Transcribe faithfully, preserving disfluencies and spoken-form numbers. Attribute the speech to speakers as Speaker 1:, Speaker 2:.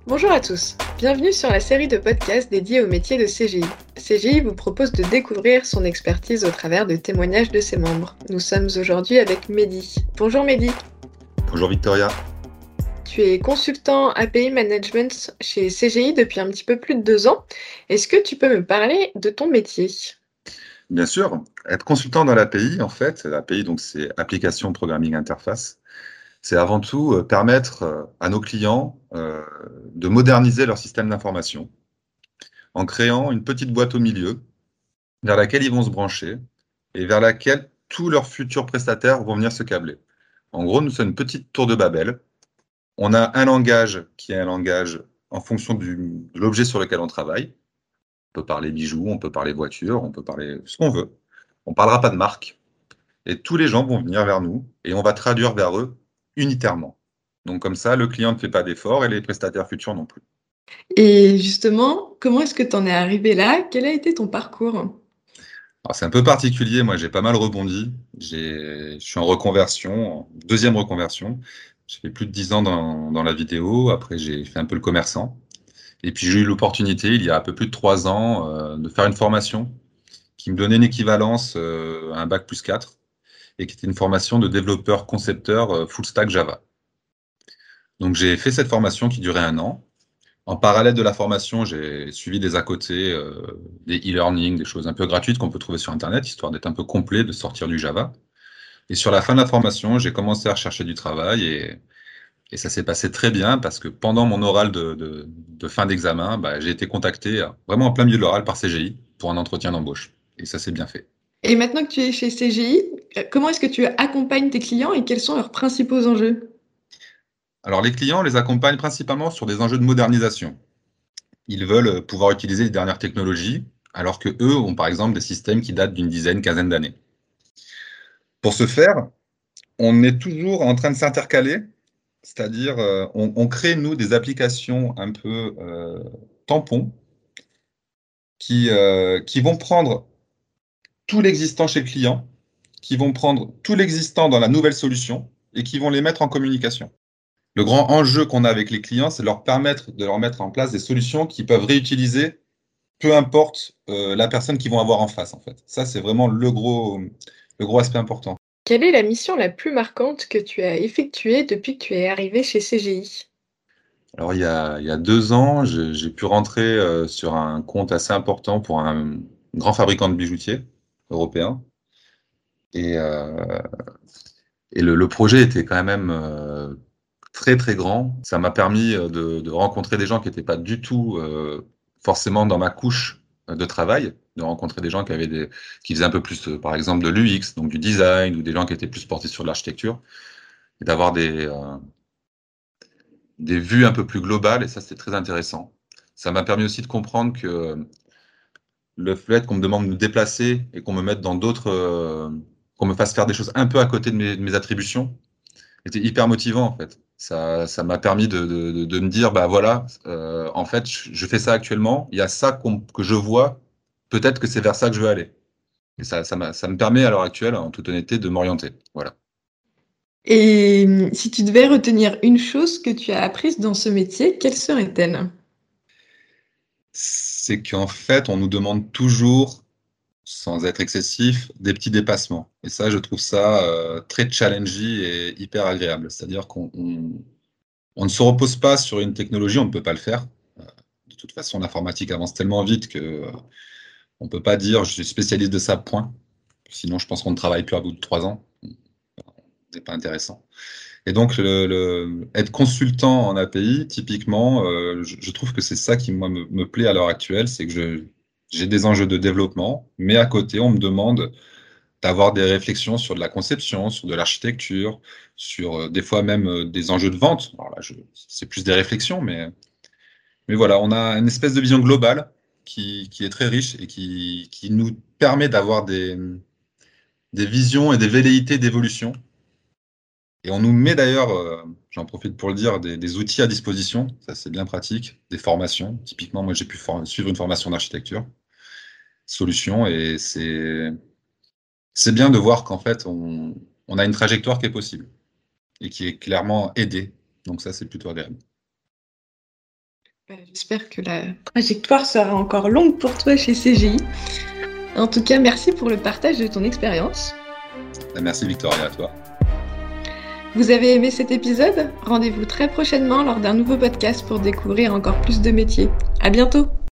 Speaker 1: Bonjour à tous, bienvenue sur la série de podcasts dédiée au métier de C G I. C G I vous propose de découvrir son expertise au travers de témoignages de ses membres. Nous sommes aujourd'hui avec Mehdi. Bonjour Mehdi,
Speaker 2: Bonjour Victoria.
Speaker 1: tu es consultant A P I Management chez C G I depuis un petit peu plus de deux ans. Est-ce que tu peux me parler de ton métier?
Speaker 2: Bien sûr, être consultant dans l'A P I, en fait, l'A P I, donc c'est Application Programming Interface, c'est avant tout euh, permettre euh, à nos clients euh, de moderniser leur système d'information en créant une petite boîte au milieu vers laquelle ils vont se brancher et vers laquelle tous leurs futurs prestataires vont venir se câbler. En gros, nous sommes une petite tour de Babel. On a un langage qui est un langage en fonction du, de l'objet sur lequel on travaille. On peut parler bijoux, on peut parler voiture, on peut parler ce qu'on veut. On ne parlera pas de marque. Et tous les gens vont venir vers nous et on va traduire vers eux unitairement. Donc comme ça, le client ne fait pas d'effort et les prestataires futurs non plus.
Speaker 1: Et justement, comment est-ce que tu en es arrivé là? Quel a été ton parcours?
Speaker 2: Alors c'est un peu particulier, moi j'ai pas mal rebondi. J'ai, je suis en reconversion, en deuxième reconversion. J'ai fait plus de dix ans dans, dans la vidéo, après j'ai fait un peu le commerçant. Et puis j'ai eu l'opportunité, il y a un peu plus de trois ans, euh, de faire une formation qui me donnait une équivalence euh, à un bac plus quatre et qui était une formation de développeur concepteur euh, full stack Java. Donc j'ai fait cette formation qui durait un an. En parallèle de la formation, j'ai suivi des à côté, euh, des e-learning, des choses un peu gratuites qu'on peut trouver sur Internet, histoire d'être un peu complet, de sortir du Java. Et sur la fin de la formation, j'ai commencé à rechercher du travail et, et ça s'est passé très bien parce que pendant mon oral de, de, de fin d'examen, bah, j'ai été contacté euh, vraiment en plein milieu de l'oral par C G I pour un entretien d'embauche. Et ça s'est bien fait.
Speaker 1: Et maintenant que tu es chez C G I, euh, comment est-ce que tu accompagnes tes clients et quels sont leurs principaux enjeux?
Speaker 2: Alors les clients, on les accompagne principalement sur des enjeux de modernisation. Ils veulent euh, pouvoir utiliser les dernières technologies, alors que eux ont par exemple des systèmes qui datent d'une dizaine, quinzaine d'années. Pour ce faire, on est toujours en train de s'intercaler, c'est-à-dire euh, on, on crée nous des applications un peu euh, tampons qui, euh, qui vont prendre tout l'existant chez le client, qui vont prendre tout l'existant dans la nouvelle solution et qui vont les mettre en communication. Le grand enjeu qu'on a avec les clients, c'est de leur permettre de leur mettre en place des solutions qu'ils peuvent réutiliser, peu importe euh, la personne qu'ils vont avoir en face, en fait. Ça, c'est vraiment le gros, le gros aspect important.
Speaker 1: Quelle est la mission la plus marquante que tu as effectuée depuis que tu es arrivé chez C G I?
Speaker 2: Alors, il y a, il y a deux ans, j'ai j'ai pu rentrer euh, sur un compte assez important pour un grand fabricant de bijoutiers européen. Et, euh, et le, le projet était quand même euh, très, très grand. Ça m'a permis euh, de, de rencontrer des gens qui n'étaient pas du tout euh, forcément dans ma couche euh, de travail, de rencontrer des gens qui avaient des, qui faisaient un peu plus, euh, par exemple, de l'U X, donc du design, ou des gens qui étaient plus portés sur l'architecture, et d'avoir des, euh, des vues un peu plus globales, et ça, c'était très intéressant. Ça m'a permis aussi de comprendre que le fait qu'on me demande de me déplacer et qu'on me mette dans d'autres, euh, qu'on me fasse faire des choses un peu à côté de mes, de mes attributions, était hyper motivant en fait. Ça, ça m'a permis de, de, de, de me dire, bah voilà, euh, en fait, je, je fais ça actuellement, il y a ça qu'on- que je vois, peut-être que c'est vers ça que je veux aller. Et ça, ça, m'a- ça me permet à l'heure actuelle, en toute honnêteté, de m'orienter. Voilà.
Speaker 1: Et mmh, si tu devais retenir une chose que tu as apprise dans ce métier, quelle serait-elle?
Speaker 2: C'est qu'en fait, on nous demande toujours, sans être excessif, des petits dépassements. Et ça, je trouve ça euh, très challenging et hyper agréable. C'est-à-dire qu'on on, on ne se repose pas sur une technologie, on ne peut pas le faire. Euh, De toute façon, l'informatique avance tellement vite que euh, on peut pas dire je suis spécialiste de ça, point. Sinon, je pense qu'on ne travaille plus à bout de trois ans. C'est pas intéressant. Et donc, le, le- être consultant en A P I, typiquement, euh, je, je trouve que c'est ça qui moi me, me plaît à l'heure actuelle, c'est que je, j'ai des enjeux de développement, mais à côté, on me demande d'avoir des réflexions sur de la conception, sur de l'architecture, sur euh, des fois même euh, des enjeux de vente. Alors là, je, c'est plus des réflexions, mais, mais voilà, on a une espèce de vision globale qui, qui est très riche et qui, qui nous permet d'avoir des, des visions et des velléités d'évolution. Et on nous met d'ailleurs, euh, j'en profite pour le dire, des, des outils à disposition. Ça, c'est bien pratique. Des formations. Typiquement, moi, j'ai pu for- suivre une formation d'architecture, solution, et c'est c'est bien de voir qu'en fait, on, on a une trajectoire qui est possible et qui est clairement aidée. Donc ça, c'est plutôt agréable.
Speaker 1: Bah, j'espère que la trajectoire sera encore longue pour toi chez C G I. En tout cas, merci pour le partage de ton expérience.
Speaker 2: Merci Victoria, à toi.
Speaker 1: Vous avez aimé cet épisode? Rendez-vous très prochainement lors d'un nouveau podcast pour découvrir encore plus de métiers. À bientôt!